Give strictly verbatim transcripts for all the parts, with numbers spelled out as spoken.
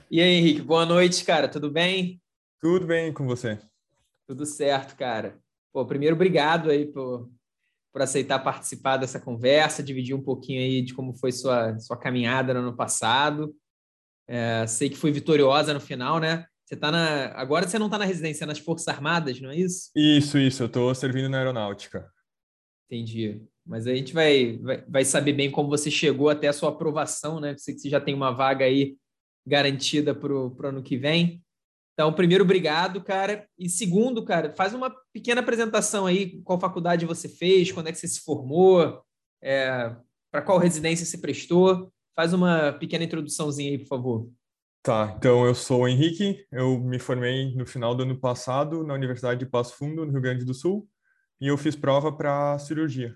E aí, Henrique, boa noite, cara. Tudo bem? Tudo bem com você? Tudo certo, cara. Pô, primeiro, obrigado aí por, por aceitar participar dessa conversa, dividir um pouquinho aí de como foi sua, sua caminhada no ano passado. É, sei que foi vitoriosa no final, né? Você tá na. Agora você não está na residência, é nas Forças Armadas, não é isso? Isso, isso, eu estou servindo na aeronáutica. Entendi. Mas a gente vai, vai, vai saber bem como você chegou até a sua aprovação, né? Sei que você já tem uma vaga aí garantida para o ano que vem. Então, primeiro, obrigado, cara. E segundo, cara, faz uma pequena apresentação aí, qual faculdade você fez, quando é que você se formou, é, para qual residência você prestou. Faz uma pequena introduçãozinha aí, por favor. Tá, então eu sou o Henrique, eu me formei no final do ano passado na Universidade de Passo Fundo, no Rio Grande do Sul, e eu fiz prova para cirurgia.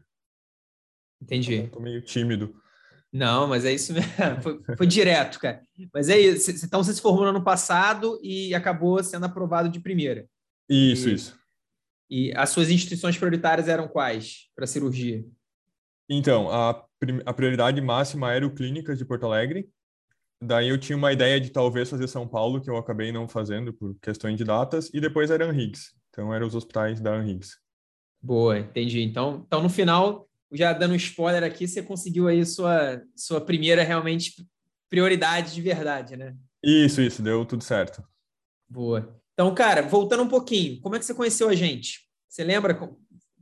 Então, Entendi. estou meio tímido. Não, mas é isso mesmo. Foi, foi direto, cara. Mas é isso. Então, você se formou no ano passado e acabou sendo aprovado de primeira. Isso, E, isso. e as suas instituições prioritárias eram quais para cirurgia? Então, a, prim- a prioridade máxima era o Clínicas de Porto Alegre. Daí eu tinha uma ideia de talvez fazer São Paulo, que eu acabei não fazendo por questões de datas, e depois era Anhiggs. Então, eram os hospitais da Anhiggs. Boa, entendi. Então, então, no final, já dando um spoiler aqui, você conseguiu aí sua, sua primeira realmente prioridade de verdade, né? Isso, isso, deu tudo certo. Boa. Então, cara, voltando um pouquinho, como é que você conheceu a gente? Você lembra? com-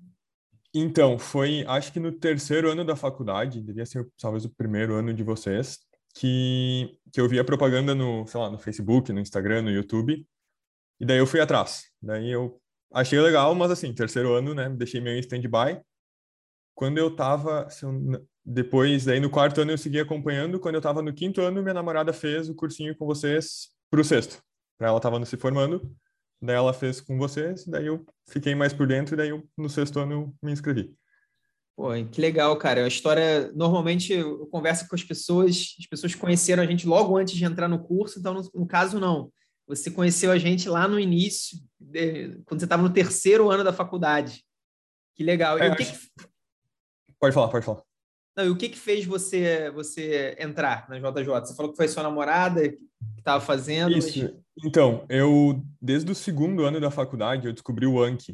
Então, foi, acho que no terceiro ano da faculdade, devia ser talvez o primeiro ano de vocês, que, que eu vi a propaganda no, sei lá, no Facebook, no Instagram, no YouTube, e daí eu fui atrás. Daí eu achei legal, mas assim, terceiro ano, né, deixei meio em stand-by. Quando eu tava, se eu n- depois, daí no quarto ano eu segui acompanhando, quando eu tava no quinto ano, minha namorada fez o cursinho com vocês pro sexto. Ela tava se formando, daí ela fez com vocês, daí eu fiquei mais por dentro, e daí eu, no sexto ano eu me inscrevi. Pô, que legal, cara. A história, normalmente eu converso com as pessoas, as pessoas conheceram a gente logo antes de entrar no curso, então no, no caso não. Você conheceu a gente lá no início, de- quando você estava no terceiro ano da faculdade. Que legal. É, E o que que acho- pode falar, pode falar. Não, e o que que fez você você entrar na J J? Você falou que foi sua namorada que estava fazendo, Isso. mas Então, eu, desde o segundo ano da faculdade, eu descobri o Anki.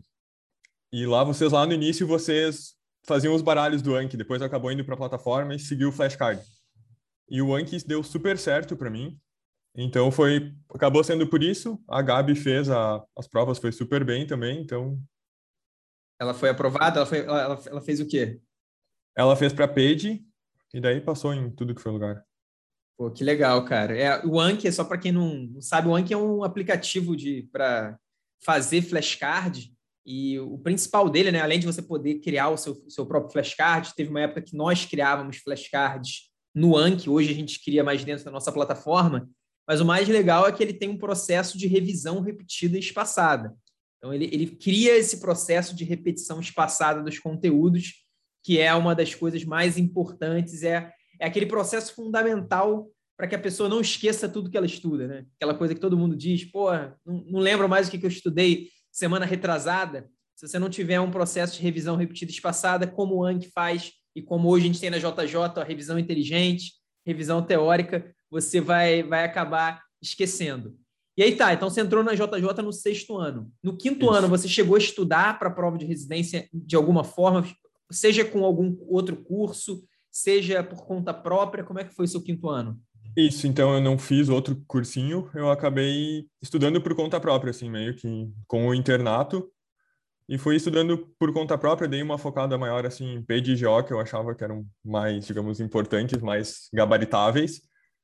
E lá, vocês, lá no início, vocês faziam os baralhos do Anki, depois acabou indo para a plataforma e seguiu o flashcard. E o Anki deu super certo para mim. Então, foi, acabou sendo por isso. A Gabi fez a, as provas, foi super bem também. Então, ela foi aprovada? Ela, foi, ela, ela ela fez o quê? ela fez para Paige e daí passou em tudo que foi lugar. Pô, que legal, cara. É, o Anki, é só para quem não, não sabe, o Anki é um aplicativo de para fazer flashcard. E o principal dele, né, além de você poder criar o seu, seu próprio flashcard, teve uma época que nós criávamos flashcards no Anki, hoje a gente cria mais dentro da nossa plataforma, mas o mais legal é que ele tem um processo de revisão repetida e espaçada. Então, ele, ele cria esse processo de repetição espaçada dos conteúdos, que é uma das coisas mais importantes, é é aquele processo fundamental para que a pessoa não esqueça tudo que ela estuda, né? Aquela coisa que todo mundo diz, pô, não, não lembro mais o que, que eu estudei semana retrasada. Se você não tiver um processo de revisão repetida e espaçada, como o Anki faz e como hoje a gente tem na J J, a revisão inteligente, revisão teórica, você vai, vai acabar esquecendo. E aí tá, então você entrou na J J no sexto ano. No quinto ano, Isso. você chegou a estudar para a prova de residência de alguma forma, seja com algum outro curso, seja por conta própria? Como é que foi o seu quinto ano? Isso, então eu não fiz outro cursinho, eu acabei estudando por conta própria, assim, meio que com o internato. E fui estudando por conta própria, dei uma focada maior assim em P e G O, que eu achava que eram mais, digamos, importantes, mais gabaritáveis,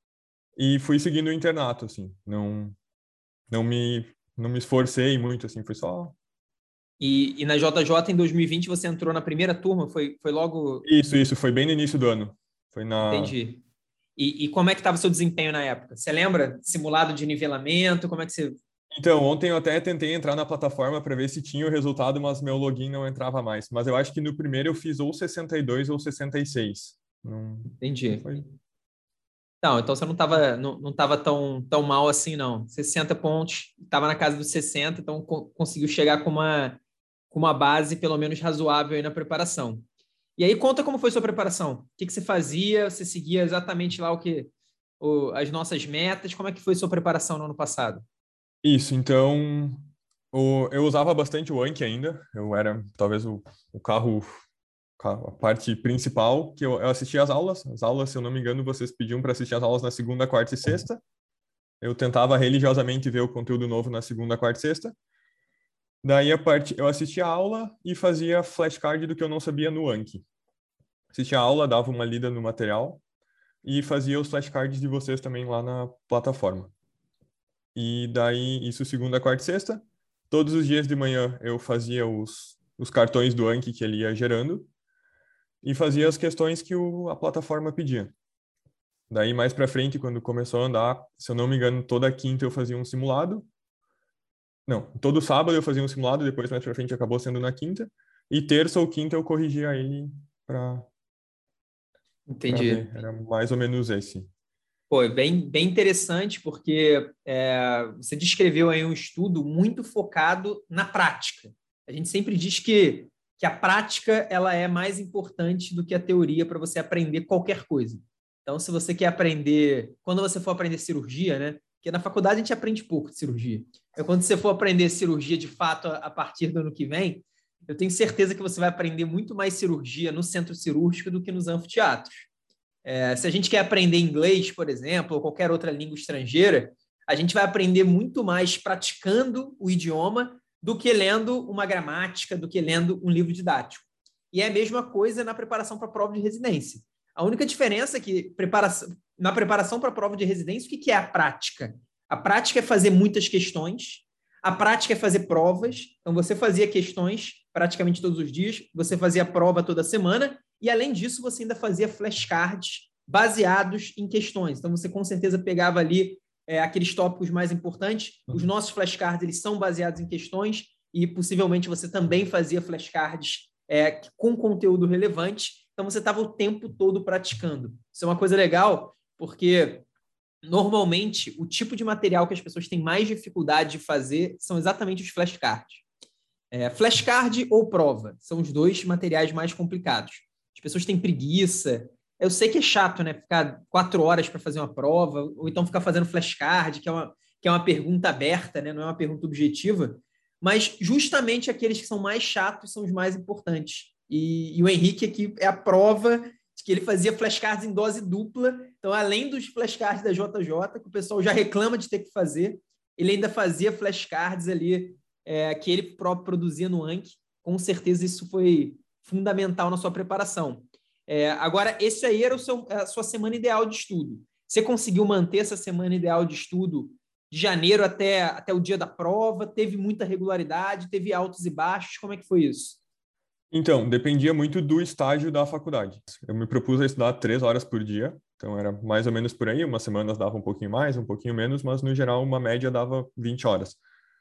e fui seguindo o internato assim. Não não me não me esforcei muito assim, foi só E, e na J J em dois mil e vinte você entrou na primeira turma? Foi, foi logo. isso, isso, foi bem no início do ano. Foi na Entendi. E, e como é que estava o seu desempenho na época? Você lembra? Simulado de nivelamento? Como é que você. Então, ontem eu até tentei entrar na plataforma para ver se tinha o resultado, mas meu login não entrava mais. Mas eu acho que no primeiro eu fiz ou sessenta e dois ou sessenta e seis. Não, não Entendi. foi. Não, então você não estava não, não tava tão, tão mal assim, não. sessenta pontos, estava na casa dos sessenta, então co- conseguiu chegar com uma, com uma base pelo menos razoável aí na preparação. E aí conta como foi sua preparação. O que, que você fazia? Você seguia exatamente lá o que o, as nossas metas? Como é que foi sua preparação no ano passado? Isso, então, o, eu usava bastante o Anki ainda. Eu era talvez o, o carro, ca- a parte principal que eu, eu assistia às aulas. As aulas, se eu não me engano, vocês pediam para assistir às aulas na segunda, quarta e sexta. Eu tentava religiosamente ver o conteúdo novo na segunda, quarta e sexta. Daí a parte, eu assistia a aula e fazia flashcard do que eu não sabia no Anki. Assistia a aula, dava uma lida no material e fazia os flashcards de vocês também lá na plataforma. E daí, isso segunda, quarta e sexta. Todos os dias de manhã eu fazia os, os cartões do Anki que ele ia gerando e fazia as questões que o, a plataforma pedia. Daí, mais para frente, quando começou a andar, se eu não me engano, toda quinta eu fazia um simulado. Não, todo sábado eu fazia um simulado, depois mais para frente acabou sendo na quinta. E terça ou quinta eu corrigia ele para para Entendi. ver. Era mais ou menos esse. Pô, é bem, bem interessante, porque é, você descreveu aí um estudo muito focado na prática. A gente sempre diz que, que a prática ela é mais importante do que a teoria para você aprender qualquer coisa. Então, se você quer aprender, quando você for aprender cirurgia, né? Porque na faculdade a gente aprende pouco de cirurgia. Então, quando você for aprender cirurgia de fato a, a partir do ano que vem, eu tenho certeza que você vai aprender muito mais cirurgia no centro cirúrgico do que nos anfiteatros. É, se a gente quer aprender inglês, por exemplo, ou qualquer outra língua estrangeira, a gente vai aprender muito mais praticando o idioma do que lendo uma gramática, do que lendo um livro didático. E é a mesma coisa na preparação para a prova de residência. A única diferença é que preparação, na preparação para a prova de residência, o que é a prática? A prática é fazer muitas questões, a prática é fazer provas. Então, você fazia questões praticamente todos os dias, você fazia prova toda semana, e, além disso, você ainda fazia flashcards baseados em questões. Então, você com certeza pegava ali é, aqueles tópicos mais importantes. Os nossos flashcards eles são baseados em questões e, possivelmente, você também fazia flashcards é, com conteúdo relevante. Então, você estava o tempo todo praticando. Isso é uma coisa legal, porque, normalmente, o tipo de material que as pessoas têm mais dificuldade de fazer são exatamente os flashcards. É, flashcard ou prova são os dois materiais mais complicados. As pessoas têm preguiça. Eu sei que é chato, né? Ficar quatro horas para fazer uma prova, ou então ficar fazendo flashcard, que é uma, que é uma pergunta aberta, né? Não é uma pergunta objetiva. Mas justamente aqueles que são mais chatos são os mais importantes. E, e o Henrique aqui é a prova de que ele fazia flashcards em dose dupla. Então, além dos flashcards da J J, que o pessoal já reclama de ter que fazer, ele ainda fazia flashcards ali é, que ele próprio produzia no Anki. Com certeza isso foi fundamental na sua preparação. É, agora, esse aí era o seu, a sua semana ideal de estudo. Você conseguiu manter essa semana ideal de estudo de janeiro até, até o dia da prova? Teve muita regularidade? Teve altos e baixos? Como é que foi isso? Então, dependia muito do estágio da faculdade. Eu me propus a estudar três horas por dia, então era mais ou menos por aí. Umas semanas dava um pouquinho mais, um pouquinho menos, mas no geral uma média dava vinte horas.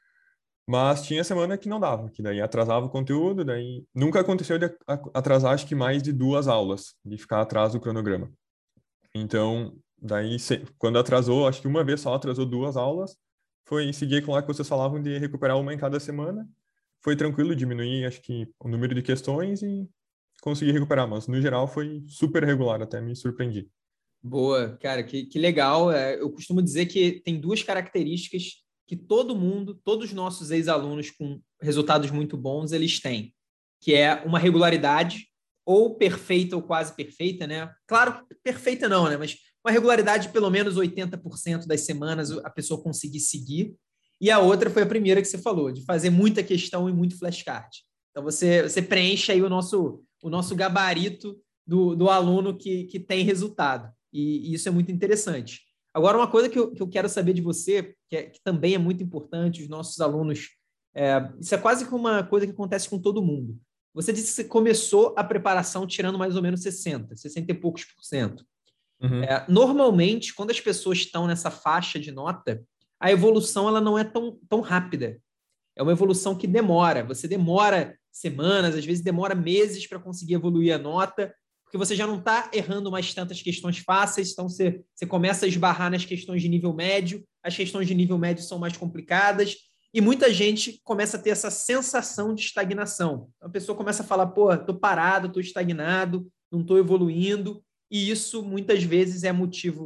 Mas tinha semana que não dava, que daí atrasava o conteúdo, daí nunca aconteceu de atrasar acho que mais de duas aulas, de ficar atrás do cronograma. Então, daí quando atrasou, acho que uma vez só atrasou duas aulas, foi seguir com lá que vocês falavam de recuperar uma em cada semana. Foi tranquilo diminuir, acho que o número de questões e conseguir recuperar, mas no geral foi super regular, até me surpreendi. Boa, cara, que, que legal. É, eu costumo dizer que tem duas características que todo mundo, todos os nossos ex-alunos com resultados muito bons, eles têm, que é uma regularidade, ou perfeita ou quase perfeita, né? Claro, perfeita não, né? Mas uma regularidade de pelo menos oitenta por cento das semanas a pessoa conseguir seguir. E a outra foi a primeira que você falou, de fazer muita questão e muito flashcard. Então, você, você preenche aí o nosso, o nosso gabarito do, do aluno que, que tem resultado. E, e isso é muito interessante. Agora, uma coisa que eu, que eu quero saber de você, que, é, que também é muito importante, os nossos alunos, é, isso é quase que uma coisa que acontece com todo mundo. Você disse que você começou a preparação tirando mais ou menos sessenta, sessenta e poucos por cento. Uhum. É, normalmente, quando as pessoas estão nessa faixa de nota, a evolução ela não é tão, tão rápida. É uma evolução que demora. Você demora semanas, às vezes demora meses para conseguir evoluir a nota, porque você já não está errando mais tantas questões fáceis, então você, você começa a esbarrar nas questões de nível médio, as questões de nível médio são mais complicadas, e muita gente começa a ter essa sensação de estagnação. A pessoa começa a falar, pô, estou parado, estou estagnado, não estou evoluindo, e isso muitas vezes é motivo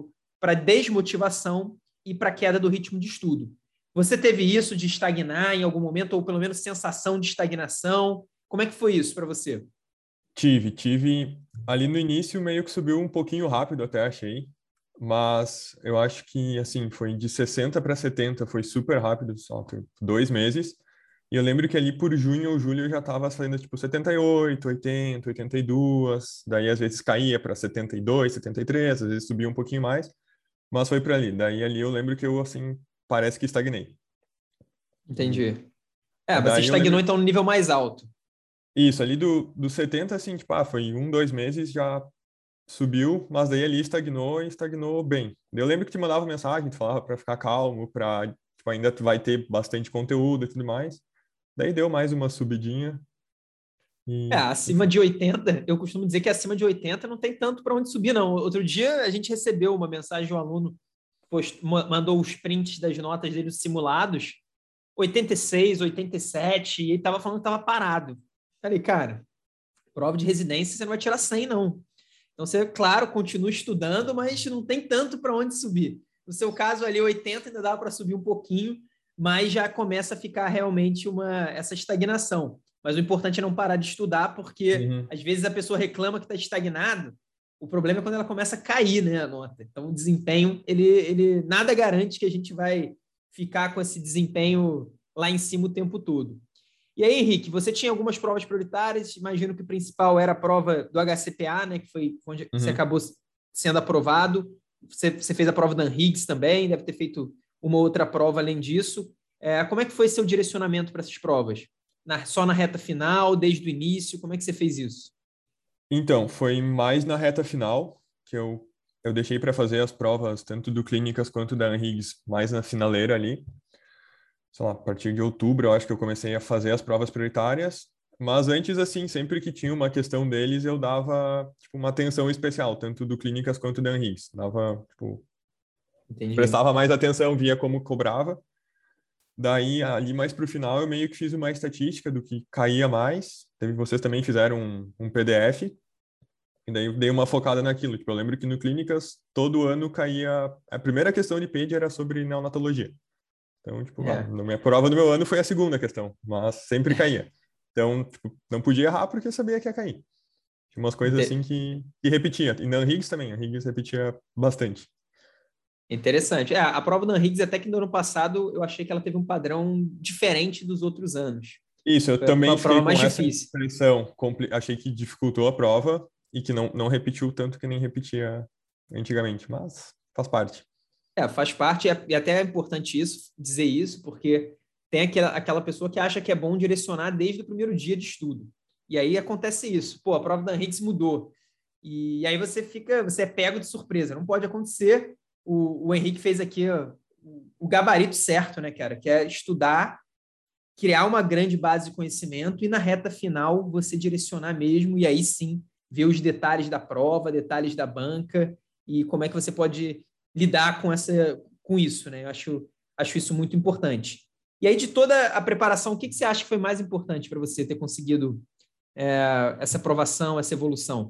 para desmotivação e para queda do ritmo de estudo. Você teve isso de estagnar em algum momento, ou pelo menos sensação de estagnação? Como é que foi isso para você? Tive, tive. Ali no início meio que subiu um pouquinho rápido, até achei. Mas eu acho que, assim, foi de sessenta para setenta, foi super rápido, só tipo, dois meses. E eu lembro que ali por junho ou julho eu já estava saindo, tipo, setenta e oito, oitenta, oitenta e dois. Daí, às vezes, caía para setenta e dois, setenta e três, às vezes subia um pouquinho mais. Mas foi para ali. Daí, ali eu lembro que eu, assim, parece que estagnei. E, Entendi. É, e você daí eu estagnou lembro... então no nível mais alto. Isso, ali do, do setenta, assim, tipo, ah, foi um, dois meses, já subiu, mas daí ali estagnou e estagnou bem. Eu lembro que te mandava mensagem, tu falava para ficar calmo, para tipo, ainda tu vai ter bastante conteúdo e tudo mais. Daí deu mais uma subidinha É, e, e acima foi. de oitenta, eu costumo dizer que acima de oitenta não tem tanto para onde subir, não. Outro dia a gente recebeu uma mensagem de um aluno, post, mandou os prints das notas dele simulados, oitenta e seis, oitenta e sete, e ele estava falando que estava parado. Falei, cara, prova de residência você não vai tirar cem, não. Então você, claro, continua estudando, mas não tem tanto para onde subir. No seu caso ali, oitenta ainda dá para subir um pouquinho, mas já começa a ficar realmente uma essa estagnação. Mas o importante é não parar de estudar, porque Uhum. às vezes a pessoa reclama que está estagnado. O problema é quando ela começa a cair, né, a nota. Então o desempenho, ele, ele nada garante que a gente vai ficar com esse desempenho lá em cima o tempo todo. E aí, Henrique, você tinha algumas provas prioritárias, imagino que o principal era a prova do H C P A, né, que foi onde você Uhum. acabou sendo aprovado. Você, você fez a prova da ANRIGS também, deve ter feito uma outra prova além disso. É, como é que foi seu direcionamento para essas provas? Na, só na reta final, desde o início? Como é que você fez isso? Então, foi mais na reta final que eu, eu deixei para fazer as provas, tanto do Clínicas quanto da Anrigs, mais na finaleira ali. Sei lá, a partir de outubro, eu acho que eu comecei a fazer as provas prioritárias. Mas antes, assim, sempre que tinha uma questão deles, eu dava, tipo, uma atenção especial, tanto do Clínicas quanto da Anrigs. Dava, tipo, Entendi. prestava mais atenção, via como cobrava. Daí, ali mais pro final, eu meio que fiz uma estatística do que caía mais. Teve, vocês também fizeram um, um P D F, e daí eu dei uma focada naquilo. Tipo, eu lembro que no Clínicas, todo ano caía... A primeira questão de P E D era sobre neonatologia. Então, tipo, ah, É. na minha prova do meu ano foi a segunda questão, mas sempre caía. Então, tipo, não podia errar porque eu sabia que ia cair. Tinha umas coisas assim Inte- que, que repetia. E na Higgs também, a Higgs repetia bastante. Interessante. É, a prova da ANRIGS, até que no ano passado, eu achei que ela teve um padrão diferente dos outros anos. Isso, eu Foi a, foi também a prova fiquei mais com essa difícil. impressão. Compli- Achei que dificultou a prova e que não, não repetiu tanto que nem repetia antigamente, mas faz parte. É, faz parte, e até é importante isso, dizer isso, porque tem aquela, aquela pessoa que acha que é bom direcionar desde o primeiro dia de estudo. E aí acontece isso. Pô, a prova da Higgs mudou. E aí você fica, você é pego de surpresa. Não pode acontecer. O, o Henrique fez aqui ó, o gabarito certo, né, cara? Que é estudar, criar uma grande base de conhecimento e na reta final você direcionar mesmo e aí sim ver os detalhes da prova, detalhes da banca e como é que você pode lidar com essa com isso, né? Eu acho acho isso muito importante. E aí de toda a preparação, o que, que você acha que foi mais importante para você ter conseguido é, essa aprovação, essa evolução?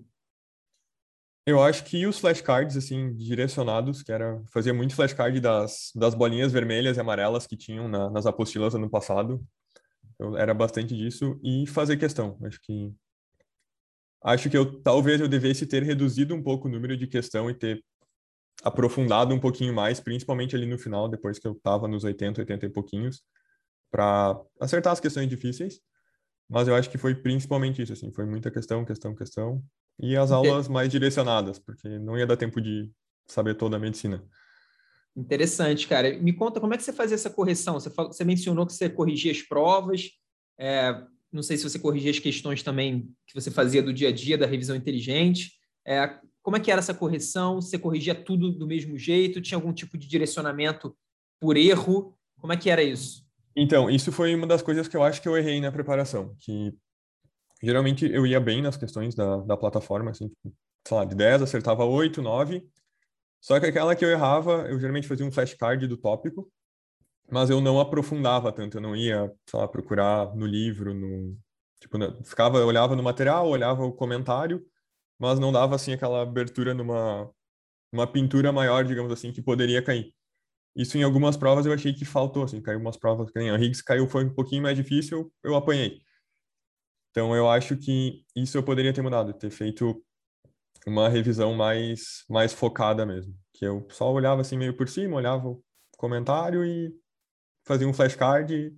Eu acho que os flashcards, assim, direcionados, que era, fazia muito flashcard das, das bolinhas vermelhas e amarelas que tinham na- nas apostilas ano passado. Eu, era bastante disso. E fazer questão. Acho que, acho que eu talvez eu devesse ter reduzido um pouco o número de questão e ter aprofundado um pouquinho mais, principalmente ali no final, depois que eu estava nos oitenta, oitenta e pouquinhos, para acertar as questões difíceis. Mas eu acho que foi principalmente isso, assim, foi muita questão, questão, questão. E as aulas mais direcionadas, porque não ia dar tempo de saber toda a medicina. Interessante, cara. Me conta como é que você fazia essa correção? Você, falou, você mencionou que você corrigia as provas. É, não sei se você corrigia as questões também que você fazia do dia a dia, da revisão inteligente. É, como é que era essa correção? Você corrigia tudo do mesmo jeito? Tinha algum tipo de direcionamento por erro? Como é que era isso? Então, isso foi uma das coisas que eu acho que eu errei na preparação, que geralmente eu ia bem nas questões da, da plataforma, assim, tipo, sei lá, de dez acertava oito, nove. Só que aquela que eu errava, eu geralmente fazia um flashcard do tópico, mas eu não aprofundava tanto, eu não ia, sei lá, procurar no livro, no, tipo, né, ficava, eu olhava no material, olhava o comentário, mas não dava assim aquela abertura numa uma pintura maior, digamos assim, que poderia cair. Isso em algumas provas eu achei que faltou, assim, caiu umas provas que nem a Higgs caiu, foi um pouquinho mais difícil, eu apanhei. Então eu acho que isso eu poderia ter mudado, ter feito uma revisão mais, mais focada mesmo. Que eu só olhava assim meio por cima, olhava o comentário e fazia um flashcard e,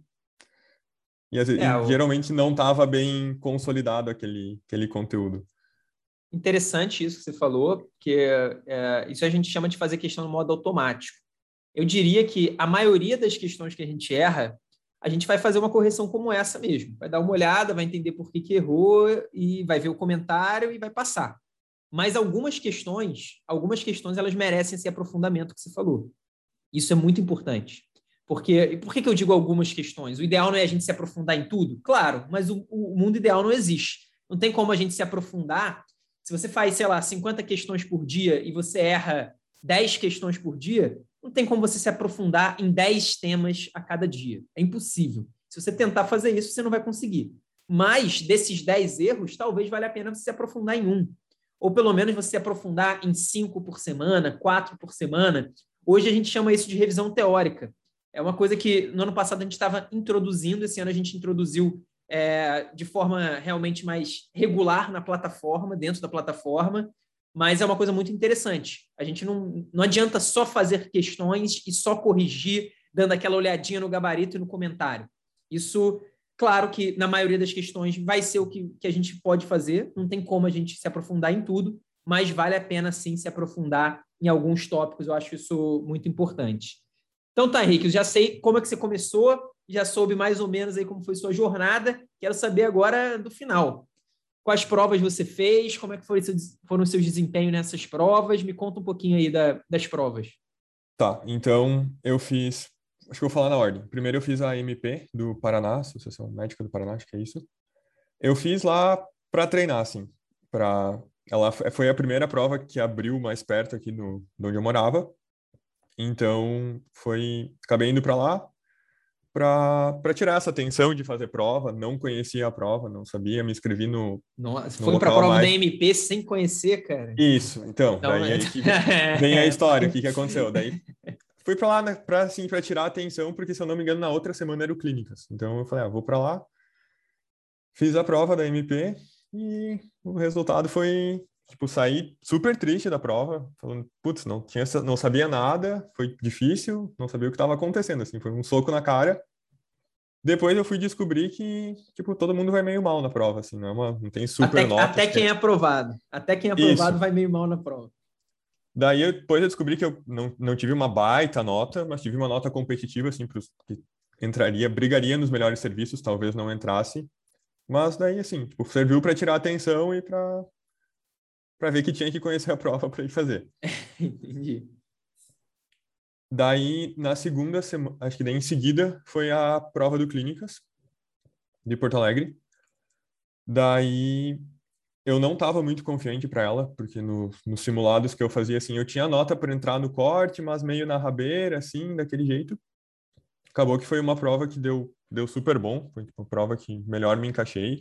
e, às ve- É, e o... geralmente não estava bem consolidado aquele, aquele conteúdo. interessante isso que você falou, porque é, isso a gente chama de fazer questão no modo automático. Eu diria que a maioria das questões que a gente erra, a gente vai fazer uma correção como essa mesmo. Vai dar uma olhada, vai entender por que, que errou e vai ver o comentário e vai passar. Mas algumas questões, algumas questões, elas merecem esse aprofundamento que você falou. Isso é muito importante. Porque, por que, que eu digo algumas questões? O ideal não é a gente se aprofundar em tudo? Claro, mas o, o mundo ideal não existe. Não tem como a gente se aprofundar. Se você faz, sei lá, cinquenta questões por dia e você erra dez questões por dia, não tem como você se aprofundar em dez temas a cada dia. É impossível. Se você tentar fazer isso, você não vai conseguir. Mas desses dez erros, talvez valha a pena você se aprofundar em um. Ou pelo menos você se aprofundar em cinco por semana, quatro por semana. Hoje a gente chama isso de revisão teórica. É uma coisa que no ano passado a gente estava introduzindo, esse ano a gente introduziu é, de forma realmente mais regular na plataforma, dentro da plataforma, mas é uma coisa muito interessante. A gente não, não adianta só fazer questões e só corrigir, dando aquela olhadinha no gabarito e no comentário. Isso, claro que na maioria das questões vai ser o que, que a gente pode fazer, não tem como a gente se aprofundar em tudo, mas vale a pena sim se aprofundar em alguns tópicos, eu acho isso muito importante. Então tá, Henrique, eu já sei como é que você começou, já soube mais ou menos aí como foi sua jornada, quero saber agora do final. Quais provas você fez, como é que foram, foram os seus desempenhos nessas provas, me conta um pouquinho aí da, das provas. Tá, então eu fiz, acho que eu vou falar na ordem. Primeiro eu fiz a M P do Paraná, Associação Médica do Paraná, acho que é isso. Eu fiz lá para treinar, assim, para ela foi a primeira prova que abriu mais perto aqui no, de onde eu morava. Então, foi acabei indo para lá para para tirar essa tensão de fazer prova, não conhecia a prova, não sabia, me inscrevi no Nossa, no foi para a local prova da mais. M P sem conhecer, cara. Isso, então, Então, daí é... aí que vem a história, o que que aconteceu? Daí fui para lá, né, para assim, para tirar a atenção, porque se eu não me engano na outra semana era o Clínicas. Então eu falei, ah, vou para lá. Fiz a prova da M P e o resultado foi, tipo, saí super triste da prova, falando, putz, não tinha, não sabia nada, foi difícil, não sabia o que estava acontecendo, assim, foi um soco na cara. Depois eu fui descobrir que, tipo, todo mundo vai meio mal na prova, assim, não é uma, não tem super até, notas. até Que quem é... é aprovado. Até quem é Isso. aprovado vai meio mal na prova. Daí eu, depois eu descobri que eu não, não tive uma baita nota, mas tive uma nota competitiva, assim, pros, que entraria, brigaria nos melhores serviços, talvez não entrasse. Mas daí, assim, tipo, serviu para tirar a atenção e para para ver que tinha que conhecer a prova para ir fazer. Entendi. Daí, na segunda semana, acho que daí em seguida, foi a prova do Clínicas, de Porto Alegre. Daí, eu não estava muito confiante para ela, porque no, nos simulados que eu fazia, assim, eu tinha nota para entrar no corte, mas meio na rabeira, assim, daquele jeito. Acabou que foi uma prova que deu, deu super bom, foi tipo, uma prova que melhor me encaixei.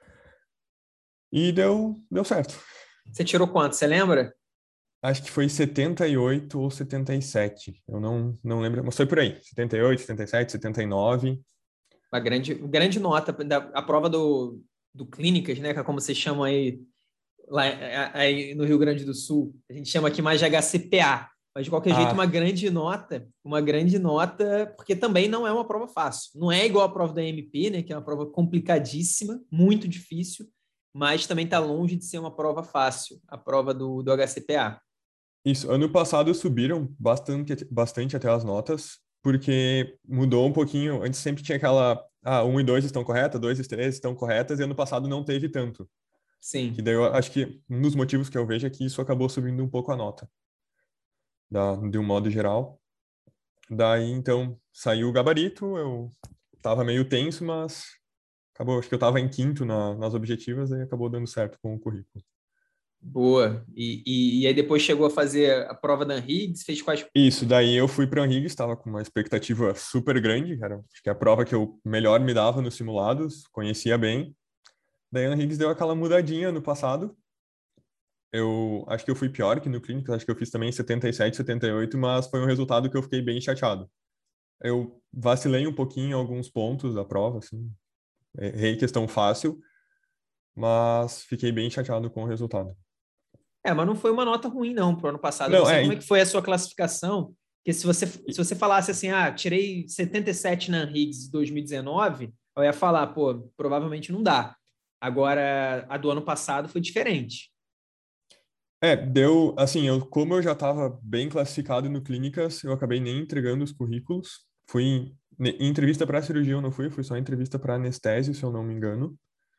E deu, deu certo. Você tirou quanto? Você lembra? Acho que foi setenta e oito ou setenta e sete. Eu não, não lembro, mas foi por aí. setenta e oito, setenta e sete, setenta e nove. Uma grande, grande nota. Da, a prova do, do Clínicas, né? Que é como vocês chamam aí, lá aí no Rio Grande do Sul. A gente chama aqui mais de H C P A. Mas, de qualquer jeito, uma Ah, grande nota. Uma grande nota, porque também não é uma prova fácil. Não é igual a prova da M P, né? Que é uma prova complicadíssima, muito difícil, mas também está longe de ser uma prova fácil, a prova do, do H C P A. isso. Ano passado subiram bastante, bastante até as notas, porque mudou um pouquinho. Antes sempre tinha aquela, ah, um e dois estão corretas, dois e três estão corretas, e ano passado não teve tanto. Que Sim. daí eu acho que um dos motivos que eu vejo é que isso acabou subindo um pouco a nota, da, de um modo geral. Daí, então, saiu o gabarito, eu tava meio tenso, mas acabou, acho que eu tava em quinto na, nas objetivas e acabou dando certo com o currículo. Boa. E, e, e aí depois chegou a fazer a prova da Higgs, fez quais. Isso, daí eu fui para a Henriques, estava com uma expectativa super grande, era, acho que é a prova que eu melhor me dava nos simulados, conhecia bem. Daí a Henriques deu aquela mudadinha no passado, Eu acho que eu fui pior que no Clínicas, acho que eu fiz também setenta e sete, setenta e oito, mas foi um resultado que eu fiquei bem chateado. Eu vacilei um pouquinho em alguns pontos da prova, assim, errei questão fácil, mas fiquei bem chateado com o resultado. É, mas não foi uma nota ruim, não, pro ano passado. Eu não Não, sei é, como é que foi a sua classificação, porque se você, se você falasse assim, ah, tirei setenta e sete na Higgs dois mil e dezenove, eu ia falar, pô, provavelmente não dá. Agora, a do ano passado foi diferente. é, deu, assim, eu, como eu já estava bem classificado no Clínicas, eu acabei nem entregando os currículos. Fui em, em entrevista para cirurgia eu não fui, fui só em entrevista para anestésio, se eu não me engano.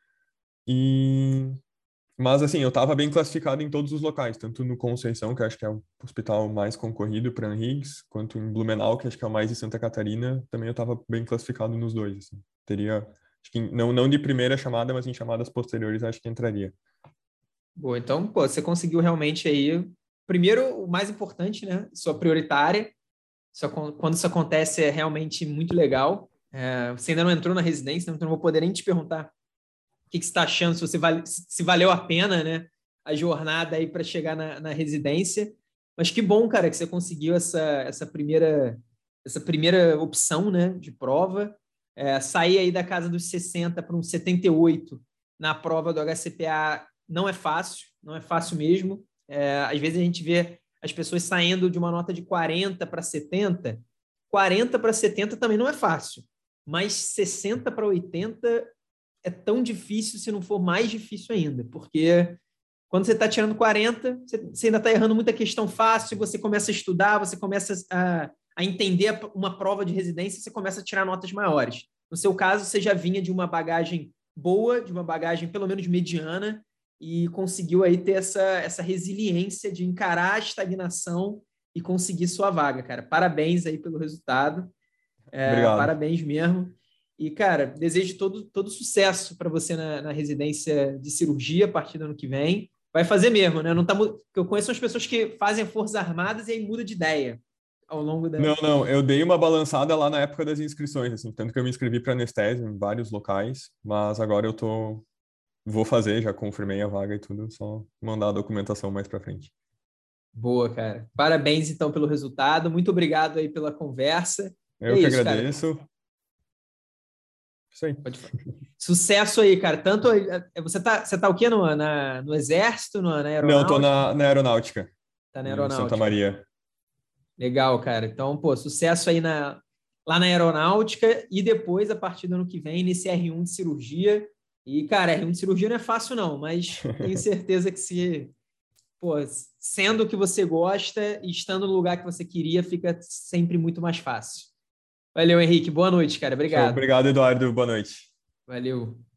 E Mas, assim, eu estava bem classificado em todos os locais, tanto no Conceição, que eu acho que é o hospital mais concorrido para a Higgs, quanto em Blumenau, que acho que é o mais de Santa Catarina, também eu estava bem classificado nos dois, assim. Teria, acho que não, não de primeira chamada, mas em chamadas posteriores, acho que entraria. Boa, então, pô, você conseguiu realmente aí. Primeiro, o mais importante, né? Sua prioritária. Isso, quando isso acontece, é realmente muito legal. É, você ainda não entrou na residência, então não vou poder nem te perguntar o que, que você está achando, se, você vale, se valeu a pena, né? A jornada aí para chegar na, na residência. Mas que bom, cara, que você conseguiu essa, essa primeira essa primeira opção, né, de prova. É, sair aí da casa dos sessenta para um setenta e oito na prova do H C P A não é fácil, não é fácil mesmo. É, às vezes a gente vê as pessoas saindo de uma nota de quarenta para setenta. quarenta para setenta também não é fácil, mas sessenta para oitenta é tão difícil se não for mais difícil ainda, porque quando você está tirando quarenta, você ainda está errando muita questão fácil, você começa a estudar, você começa a, a entender uma prova de residência, você começa a tirar notas maiores. No seu caso, você já vinha de uma bagagem boa, de uma bagagem pelo menos mediana, e conseguiu aí ter essa, essa resiliência de encarar a estagnação e conseguir sua vaga, cara. Parabéns aí pelo resultado. É, Obrigado. parabéns mesmo. E, cara, desejo todo, todo sucesso para você na, na residência de cirurgia a partir do ano que vem. Vai fazer mesmo, né? Não tá, eu conheço umas pessoas que fazem Forças Armadas e aí muda de ideia ao longo da. Não, não, eu dei uma balançada lá na época das inscrições, assim, tanto que eu me inscrevi para anestésio em vários locais, mas agora eu tô, vou fazer, já confirmei a vaga e tudo, só mandar a documentação mais para frente. Boa, cara. Parabéns, então, pelo resultado. Muito obrigado aí pela conversa. E é Eu que isso, cara. agradeço. Isso aí. Pode falar. Sucesso aí, cara. Tanto você tá, você tá o quê no, na, no exército, no, na Não, tô aeronáutica? na, na aeronáutica, Tá na em Santa aeronáutica. Maria. Legal, cara. Então, pô, sucesso aí na, lá na aeronáutica e depois, a partir do ano que vem, nesse R um de cirurgia. E, cara, R um de cirurgia não é fácil, não, mas tenho certeza que se, pô, sendo o que você gosta e estando no lugar que você queria, fica sempre muito mais fácil. Valeu, Henrique. Boa noite, cara. Show. Obrigado. Obrigado, Eduardo. Boa noite. Valeu.